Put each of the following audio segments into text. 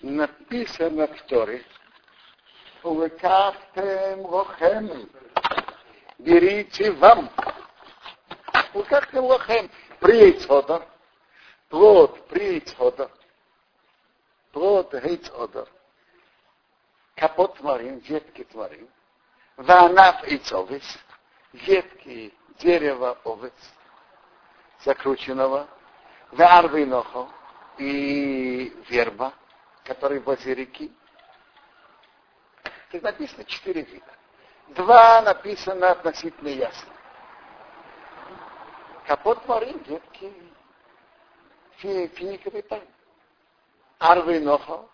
написано в Торе, «Увекахтем лохем», берите вам. Увекахтем лохем, приецхода, плод приецхода, плод гейцхода, капот творим, ветки творим, ванаф ицовис, ветки дерева овец, закрученного, варвы нохо и верба, который возле реки. Тут написано 4 вида. 2 написано относительно ясно. Капот морин, ветки, финиковый пальм. Арвы нохо,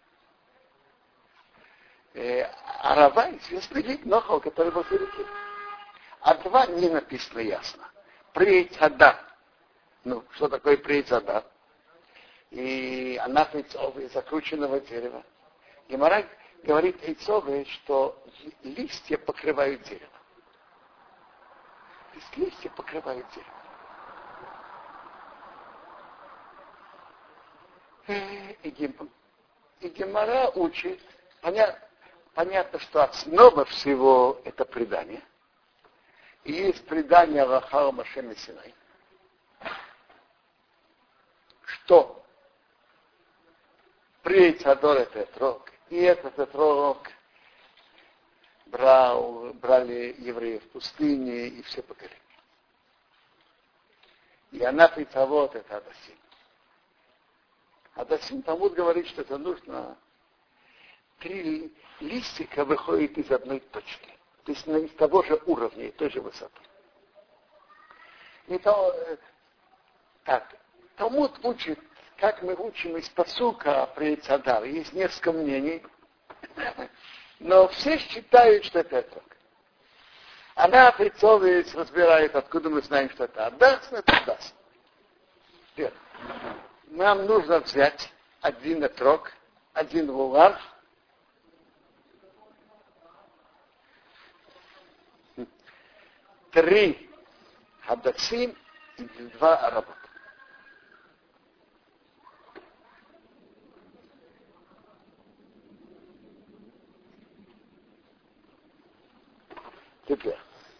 арава, известный вид нохо, который возле реки. А 2 не написано ясно. Прейцада. Ну, что такое прейцада? И она из закрученного дерева. Гемара говорит Эйцове, что листья покрывают дерево. То есть листья покрывают дерево. И Гемара учит, понятно, что основа всего это предание. И есть предание Рахава Моше Синай, что Прейцадор это этрог, и этот этрог брали евреи в пустыне и все поколения. И она прицавод это Адасим. Адасим Талмуд говорит, что это нужно 3 листика выходит из одной точки. То есть из того же уровня и той же высоты. И то, так, Талмуд учит, как мы учим из пасука при Цадар. Есть несколько мнений, но все считают, что это так. Она прицовывает, разбирает, откуда мы знаем, что это Адас, это Адас. Нам нужно взять 1 отрок, 1 лулав, 3 хадасим и 2 аработ. Теперь.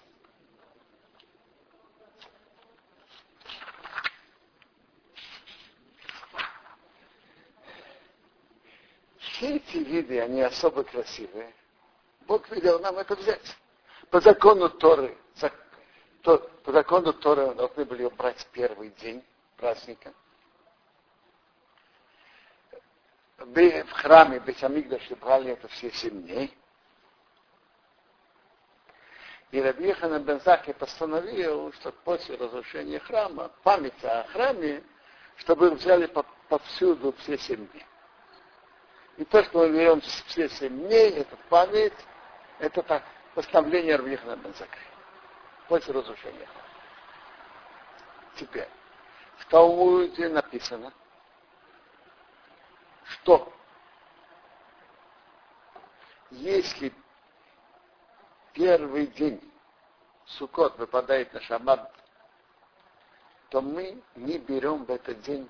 Все эти виды, они особо красивые. Бог велел нам это взять. По закону Торы мы должны были убрать в первый день праздника. В храме Бейт-Амикдаше брали это все 7 дней. И Раби Йоханан бен Закkai постановил, что после разрушения храма, память о храме, чтобы взяли повсюду все 7 дней. И то, что мы берем все 7 дней, это память, это так, постановление Раби Йоханана бен Закkai. После разрушения храма. Теперь, в Талмуде написано, что если первый день Суккот выпадает на шаббат, то мы не берем в этот день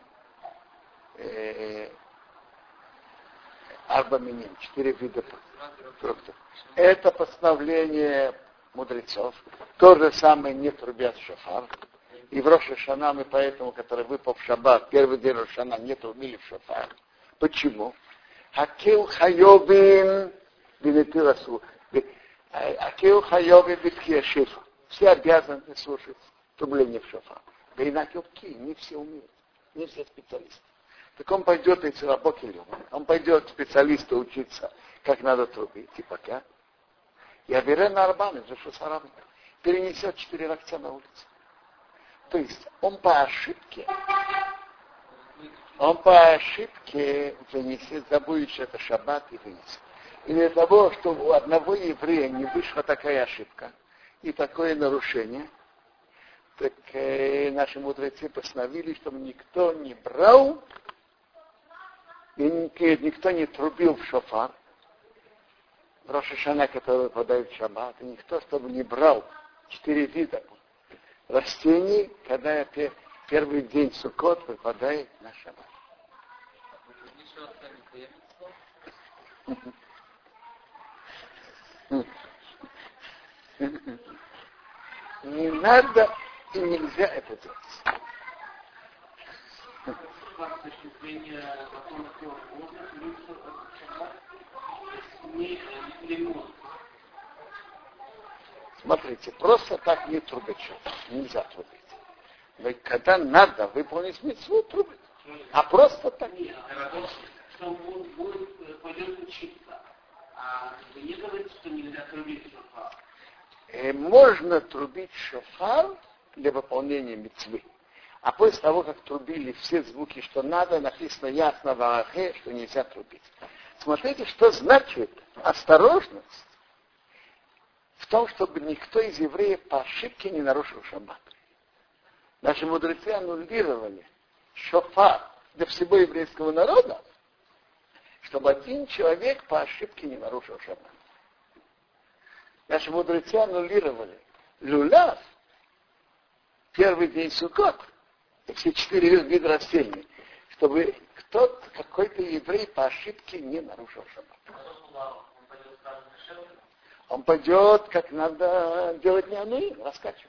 арбаминим, 4 вида фруктов. Это постановление мудрецов. То же самое не трубят шофар. И в Рош ха-Шана мы поэтому, который выпал в шаббат, первый день Рош ха-Шана, не трубили в шофар. Почему? Хакил хайовин бинетирасу. Акил хайовин битхиашифа. Все обязаны слушать трубление в шофар. Да иначе не все умеют. Не все специалисты. Так он пойдет и царабокелем. Он пойдет специалисту учиться, как надо трубить. Типа как? И Абирен Арбан из Шусарабы перенесет 4 локтя на улицу. То есть он по ошибке вынесет, забудет, что это шаббат и вынесет. И для того, чтобы у одного еврея не вышла такая ошибка и такое нарушение, так наши мудрецы постановили, чтобы никто не брал и никто не трубил в шофар, в Рош ха-Шана, который выпадает в шаббат, и никто, чтобы не брал 4 вида растений, когда первый день Суккот выпадает на шаббат. Не надо и нельзя это делать. Смотрите, просто так не трубить, нельзя трубить. Но когда надо выполнить мицву, трубить. А просто так нет. Что он пойдет учиться. А не говорится, что нельзя трубить шофар. Можно трубить шофар для выполнения мицвы. А после того, как трубили все звуки, что надо, написано ясно в Алахе, что нельзя трубить. Смотрите, что значит осторожность в том, чтобы никто из евреев по ошибке не нарушил шаббат. Наши мудрецы аннулировали шофар для всего еврейского народа, чтобы один человек по ошибке не нарушил шаббат. Наши мудрецы аннулировали люляв первый день Суккот и все 4 вида растений, чтобы какой-то еврей по ошибке не нарушил шаббат. Он пойдет, как надо делать не ануи, раскачивать.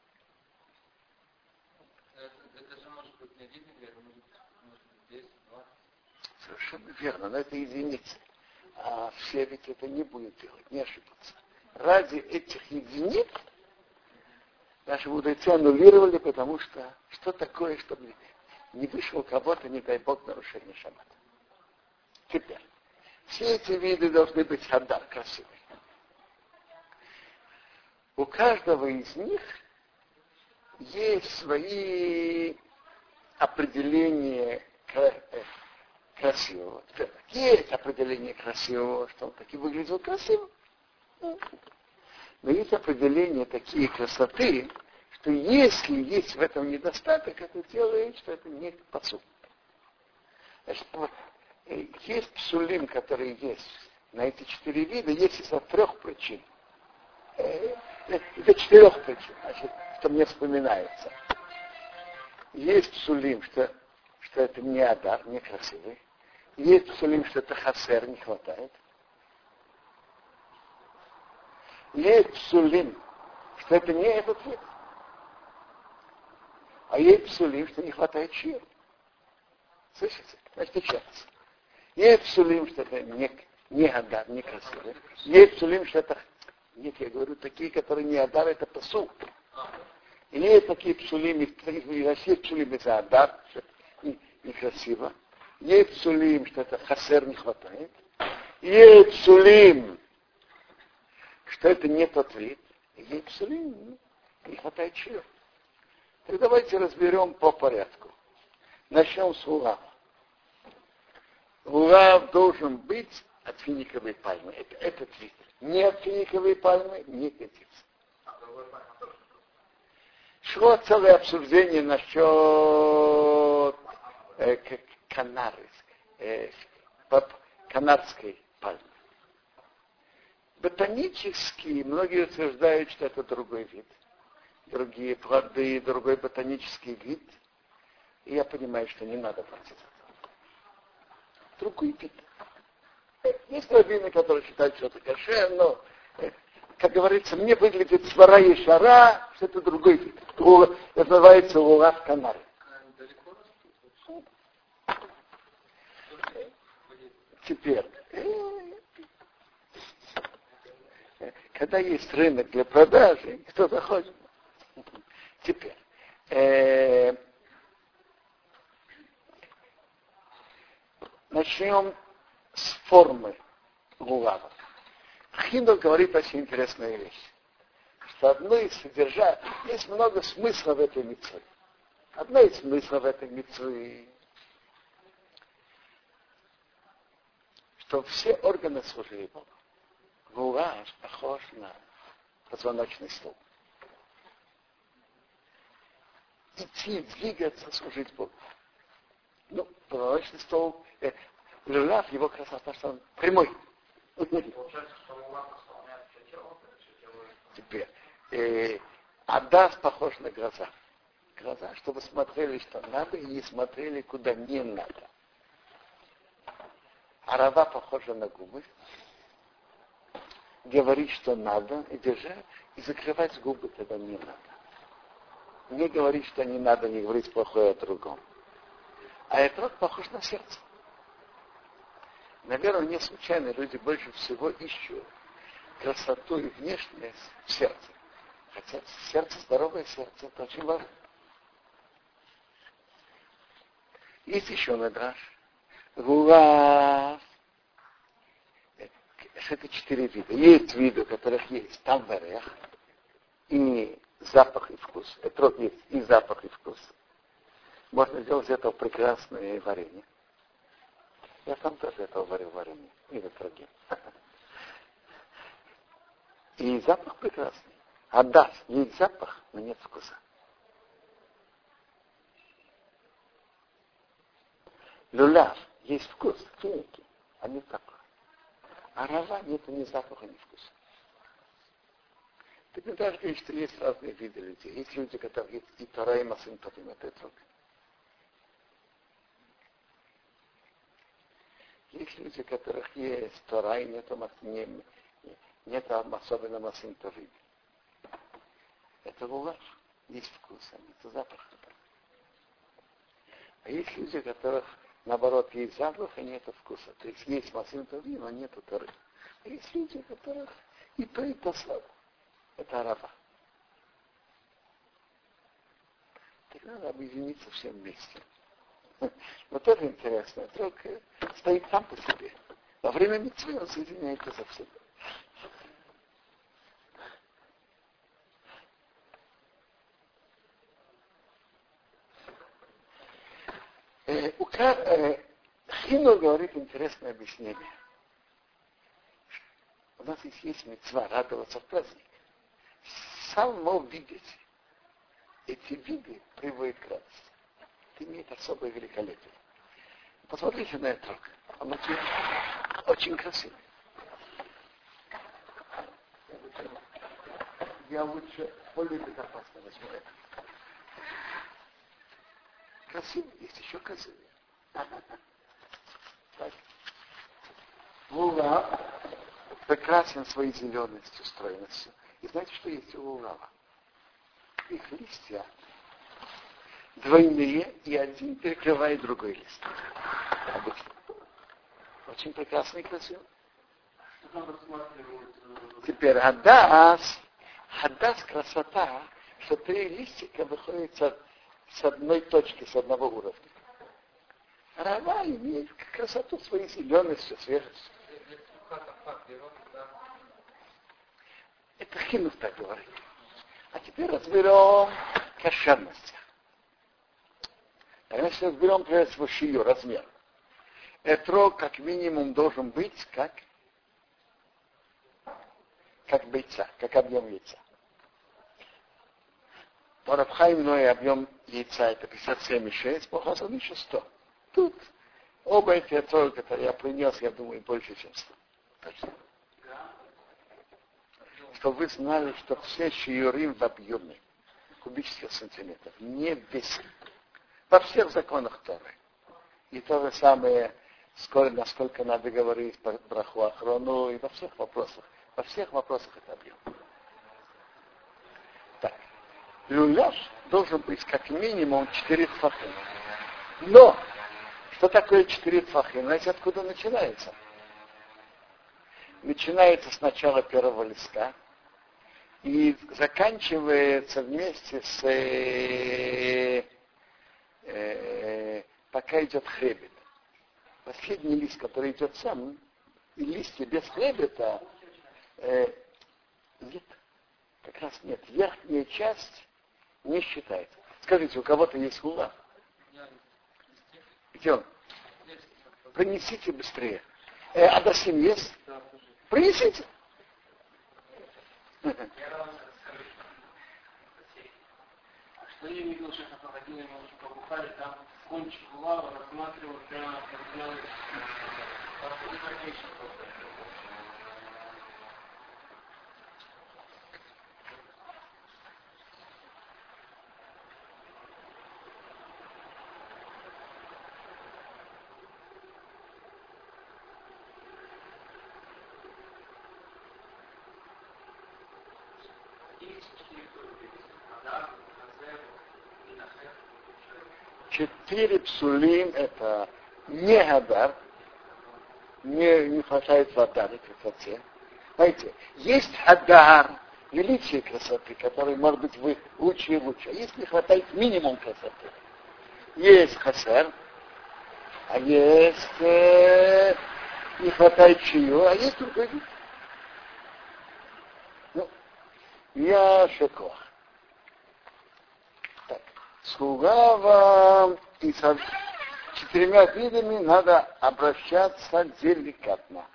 Это же может быть не один еврей, может быть 10, 20. Совершенно верно, но это единицы. А все ведь это не будут делать, не ошибаться. Ради этих единиц наши мудрецы аннулировали, потому что такое, чтобы не вышло у кого-то, не дай Бог, нарушение шаббата. Теперь, все эти виды должны быть хадар, красивый. У каждого из них есть свои определения красивого. Есть определение красивого, что он таки выглядел красиво. Но есть определения такие красоты, что если есть в этом недостаток, это делает, что это не пасук. Значит, есть псулим, которые есть на эти 4 вида, есть из-за 3 причин. Это 4 причин, значит, что мне вспоминается. Есть псулим, что это не адар, не красивый. Есть псулим, что это хасер, не хватает. Есть псулим, что это не этот вид. А есть псулим, что не хватает шира. Слышите? Значит, еще раз. Есть псулим, что это не адар, не красивый. Есть псулим, что это... Нет, я говорю, такие, которые не адар, это пасук. И есть такие псулим, есть псулим, это адар, что некрасиво. Есть псулим, что это хасер, не хватает. Есть псулим, что это не тот вид. Есть псулим, не хватает шира. Так давайте разберем по порядку. Начнем с лулава. Лулав должен быть от финиковой пальмы. Это этот вид. Не от финиковой пальмы не годится. Шло целое обсуждение насчет канадской пальмы. Ботанически многие утверждают, что это другой вид. Другие плоды, другой ботанический вид. И я понимаю, что не надо брать это. Другой вид. Есть раввины, которые считают, что это кошер, но, как говорится, мне выглядит свара и шара, что это другой вид. Это называется лулав канары. Теперь, когда есть рынок для продажи, кто-то ходит. Теперь, начнем с формы лулава. Хинук говорит очень интересную вещь, что одно из содержания, есть много смысла в этой мицве. Одно из смыслов в этой мицве, что все органы служили Богу. Лулав похож на позвоночный столб. Идти, двигаться, служить Богу. Ну, позвоночный столб, лулав, его красота, что он прямой. Теперь, адас похож на глаза. Глаза, чтобы смотрели, что надо, и не смотрели, куда не надо. Арава похожа на губы. Говорить, что надо, и держать, и закрывать губы, когда не надо. Не говорить, что не надо, не говорить плохое о другом. А этрог похож на сердце. Наверное, не случайно люди больше всего ищут красоту и внешность в сердце. Хотя сердце, здоровое сердце, это очень важно. Есть еще надраж. Гула. Это 4 вида. Есть виды, у которых есть там варех, и запах, и вкус. Этрог есть и запах, и вкус. Можно сделать из этого прекрасное варенье. Я сам тоже этого варил варенье. И в этроге. И запах прекрасный. А да, есть запах, но нет вкуса. Люляв, есть вкус, финики, а нет запаха. А рава нету ни запаха, ни вкуса. Так не даже говорить, что есть разные виды людей. Есть люди, которые есть и Тора, и Масим Торим, это этрог. Есть люди, у которых есть Тора, и нету особенно Масим Торим. Это лулав. Есть вкус, а нет запаха. А есть люди, у которых, наоборот, есть запах, а нет вкуса. То есть Масим Торим, но нету Торы. А есть люди, у которых и то самое. Это арава. Так надо объединиться всем вместе. Вот это интересно. Только стоит сам по себе. Во время мицвы он соединяется со всем. Хину говорит интересное объяснение. У нас есть мицва радоваться в праздник. Само видеть эти виды приводит к радости. Это имеет особое великолепие. Посмотрите на это. Он очень красивый. Я лучше более безопасно возьму это. Красивый, есть еще красивее. Лула прекрасен своей зеленостью, стройностью. И знаете, что есть у лулава? Их листья двойные, и один перекрывает другой лист. Обычно. Очень прекрасно и красиво. Теперь хадас красота, что 3 листика выходят с одной точки, с одного уровня. Рава имеет красоту своей зеленостью, свежестью. Это Хинух так говорит. А теперь разберем кошерность. А если разберем, например, свой шию, размер. Этрог как минимум должен быть как бойца, как объем яйца. По Рав Хаиму объем яйца это 57,6, по Хасану еще 100. Тут оба эти этрога, которые я принес, я думаю, больше, чем 100. Точно. Чтобы вы знали, что все шиюрим в объеме кубических сантиметров не весят. Во всех законах Торы. И то же самое, насколько надо говорить по браху охрону, и во всех вопросах. Во всех вопросах это объем. Так. Люляш должен быть как минимум 4 тфахим. Но, что такое 4 тфахим? Знаете, откуда начинается? Начинается с начала первого листка и заканчивается вместе с пока идет хребет. Последний лист, который идет сам, и листья без хребета нет. Как раз нет. Верхняя часть не считается. Скажите, у кого-то есть лула? Где он? Принесите быстрее. Адасим есть? Принесите. Что я видел, что это проходило немножко по Бухаре, там кончик лава рассматривал прямо как делать 4 псулим это не гадар, не хватает вода на красоте. Знаете, есть хадар, величие красоты, который может быть лучше и лучше. А есть не хватает минимум красоты. Есть хасер, а есть не хватает чию, а есть другой вид. Ну, я шокох. Так, слуга вам и со 4 видами надо обращаться деликатно.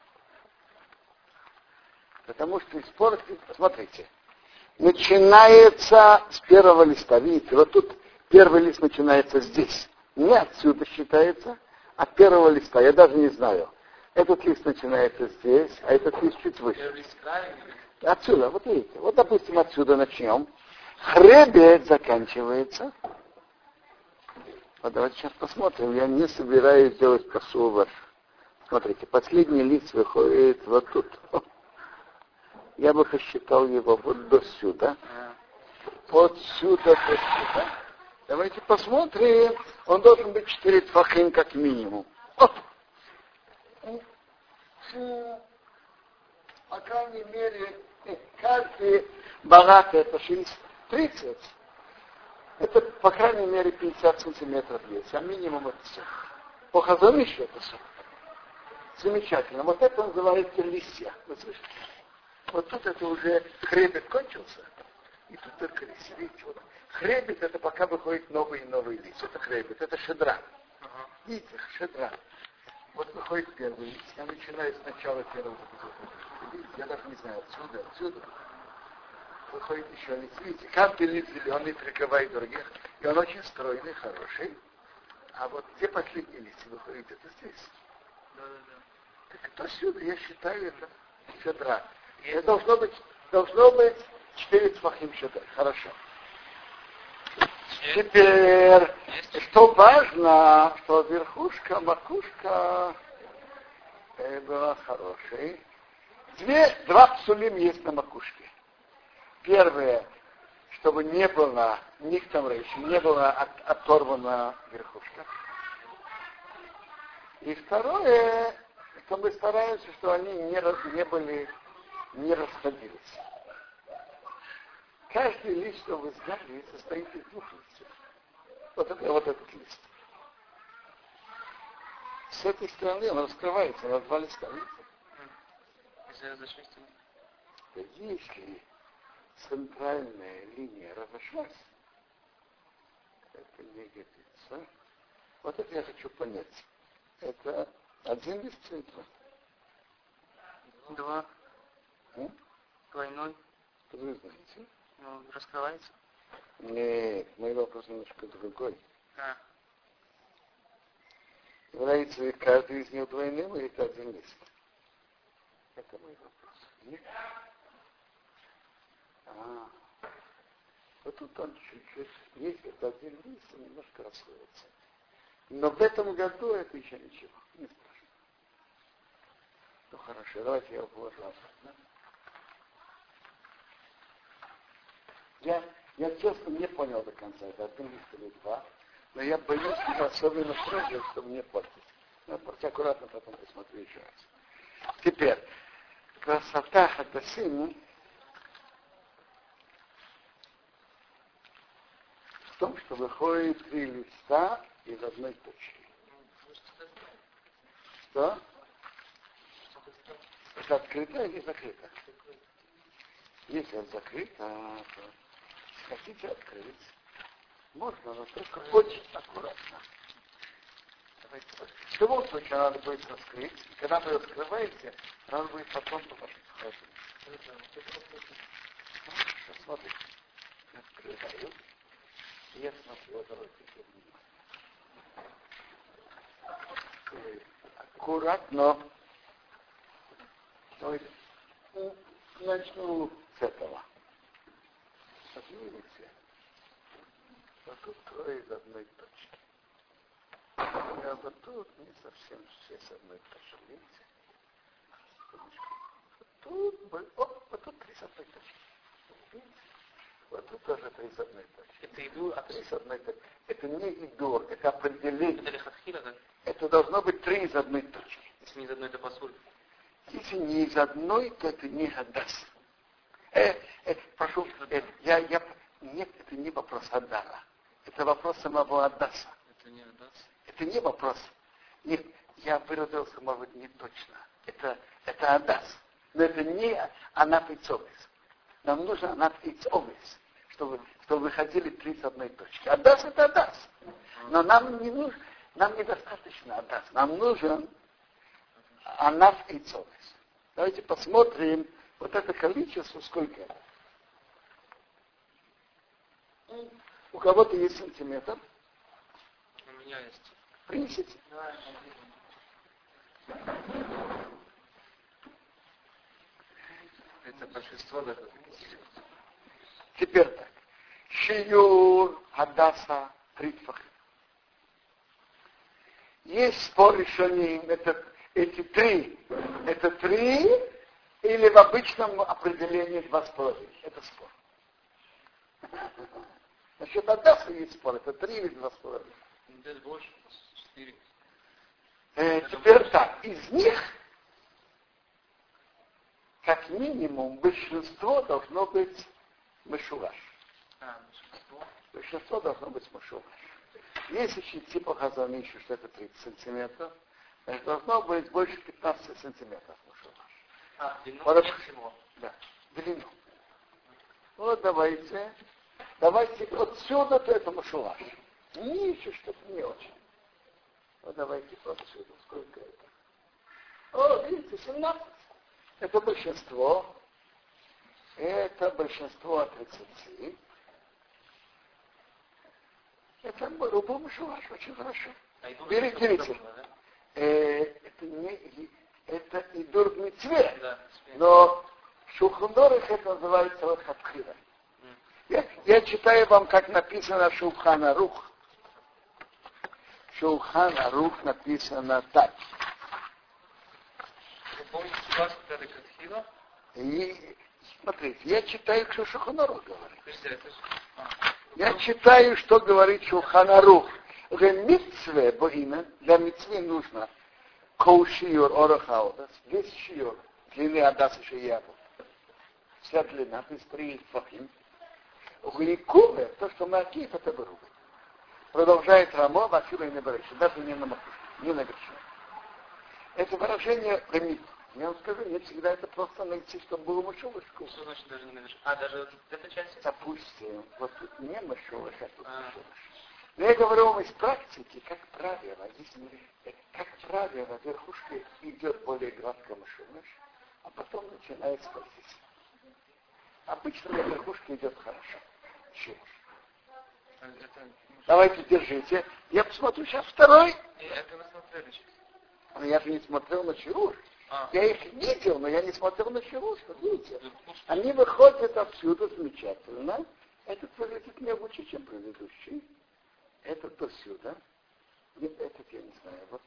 Потому что испортить, смотрите, начинается с первого листа. Видите, вот тут первый лист начинается здесь. Не отсюда считается, а от первого листа. Я даже не знаю. Этот лист начинается здесь, а этот лист чуть выше. Отсюда, вот видите. Вот, допустим, отсюда начнем. Хребет заканчивается. Вот давайте сейчас посмотрим. Я не собираюсь делать косу. Смотрите, последний лист выходит вот тут. Я бы посчитал его вот до сюда. Вот сюда до сюда. Давайте посмотрим. Он должен быть 4 тфахим как минимум. Оп. По крайней мере, каждый богатый это 30. Это, по крайней мере, 50 сантиметров есть. А минимум это все. По хазану еще это все. Замечательно. Вот это называется листья. Вы слышите? Вот тут это уже хребет кончился. И тут только листья. Видите, вот. Хребет это пока выходит новый и новый лист. Это хребет, это шедра. Видите, шедра. Вот выходит первый лист. Я начинаю сначала первого. Видите, я даже не знаю, отсюда. Выходит еще лист. Видите, каждый лист зеленый прикрывает других. И он очень стройный, хороший. А вот те последние листья выходят это здесь. Так это сюда, я считаю, это шедра. Это должно быть 4 тфахим шедра. Хорошо. Теперь, что важно, что верхушка, макушка была хорошей. 2 псулим есть на макушке. Первое, чтобы не было, не была оторвана верхушка. И второе, что мы стараемся, что они не расходились. Каждый лист, что вы знали, состоит из 2 листьев. Вот этот лист. С этой стороны он раскрывается на 2 листа. Если центральная линия разошлась, это не годится. Вот это я хочу понять. Это 1 лист центра. 2. Двойной. Вы знаете? Ну, раскрывается. Нет, мой вопрос немножко другой. Является каждый из них двойным или это 1 лист? Это мой вопрос. Нет? Вот тут он чуть-чуть, если это 1 лист, он немножко расходится. Но в этом году это еще ничего. Не страшно. Ну хорошо, давайте я положу обратно. Я честно не понял до конца, это 1 лист или 2, но я боюсь, что особенно строго, чтобы не портить. Но просто аккуратно потом посмотрю еще раз. Теперь, красота хадасим в том, что выходит 3 листа из одной точки. Что? Это открыто или закрыто? Если это закрыто, то хотите открыть. Можно, но только очень аккуратно. В любом случае надо будет раскрыть. И когда вы раскрываете, надо будет потом положить в холодильник. Хорошо, смотрите. Открываю. И я смотрю, вот давайте. Аккуратно. Начну с этого. Видите? Вот тут 3 из одной точки. А вот тут не совсем все с одной точки. Видите? Вот тут 3 с одной точки. Видите? Вот тут тоже 3 с одной точки. Это иду, а 3 с одной точки. Это не идор, это определение. это лихатхила, да? Это должно быть 3 из одной точки. Если не из одной, это посуль. Если не из одной, то это не Адас. Прошу, нет, это не вопрос Адара. Это вопрос самого Адаса. Это не Адас. Это не вопрос. Нет, я выразился, может быть, не точно. Это Адас. Но это не Анафицовис. Нам нужно Анафицовис, чтобы выходили 3 с одной точки. Адас это Адас. Но нам не нужно, нам недостаточно Адас. Нам нужен Анафицовис. Давайте посмотрим вот это количество, сколько это. У кого-то есть сантиметр. У меня есть. Принесите. Это большинство даже. Теперь так. Шиюр, Адаса, Тритфах. Есть спор решений, эти 3. Это 3 или в обычном определении 2,5. Это спор. Насчет Адаса есть спор. Это 3 или 2,5. Здесь больше. 4. Теперь так. Из них, как минимум, большинство должно быть мешураш. Большинство. Большинство должно быть мешураш. Если идти по Хазанищу, что это 30 сантиметров, значит, должно быть больше 15 сантиметров мешураш. Длину Хорошо. всего. Да, длину. Вот давайте отсюда-то это мешураш. Ниже что-то не очень. Вот давайте отсюда. Сколько это? О, видите, 17. Это большинство. Это большинство от 30. Это руба мешураш, очень хорошо. Берите. Это идур в мицве. Да. Но в Шулхан-Арухе это называется вот хатхила. Я читаю вам, как написано в Шулхан-Арух. В Шулхан-Арух написано так. Вы помните 25 Хатхила? И смотрите, я читаю, что Шулхан-Арух говорит. Подожди, это же... Я читаю, что говорит Шулхан-Арух. Для мицве, для мицве нужно кол шиюр орахаудас, весь шиюр, длины адас и шиябу. Вся длина, то есть 3 фахим. Гликуве, то, что мы акиф, это берут. Продолжает Рамо, Васила и Небарыша, даже не на макушку, не на вершину. Это выражение лимит. Я вам скажу, не всегда это просто найти, чтобы было мышелышку. Что значит даже не наверши? Даже вот эта часть? Допустим, вот тут не мышелыш, а тут мышелыш. Но я говорю вам из практики, как правило, верхушка идет более гладко мышелыш, а потом начинает скользить. Обычно на верхушке идет хорошо. Чего? Давайте, держите. Я посмотрю сейчас второй. Это мы смотрели сейчас. Но я же не смотрел на чируш. Я их видел, но я не смотрел на чируш. Видите? Они выходят отсюда замечательно. Этот выглядит не лучше, чем предыдущий. Этот отсюда. Нет, этот я не знаю. Вот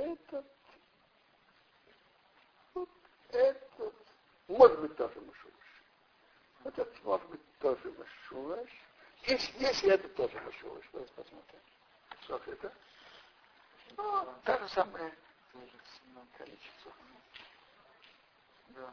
этот. Может быть, тоже мышулаш. Этот может быть тоже мышулаш. Если это тоже мышулаш. Давайте посмотрим. Что это? То же самое количество. Да,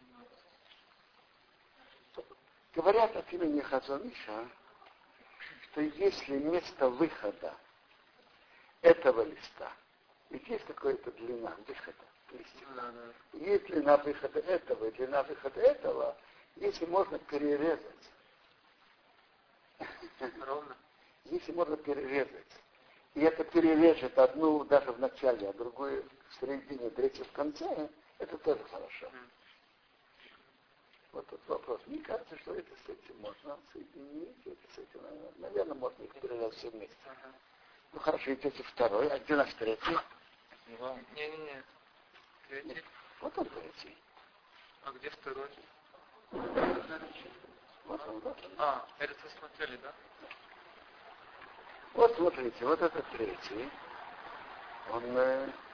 Говорят от имени Хазониша, что если место выхода этого листа, ведь есть какая-то длина выхода листика, есть длина выхода этого и длина выхода этого, если можно перерезать, Ровно. если можно перерезать, и это перережет одну даже в начале, а другую в середине, третью в конце, это тоже хорошо. Вот тут вопрос. Мне кажется, что это с этим можно соединить, это с этим, наверное, можно их перерезать все вместе. Ну хорошо, идете второй, а где наш третий? Не. Третий. Вот он третий. А где второй? Вот он. Это смотрели, да? Вот смотрите, вот этот третий. Он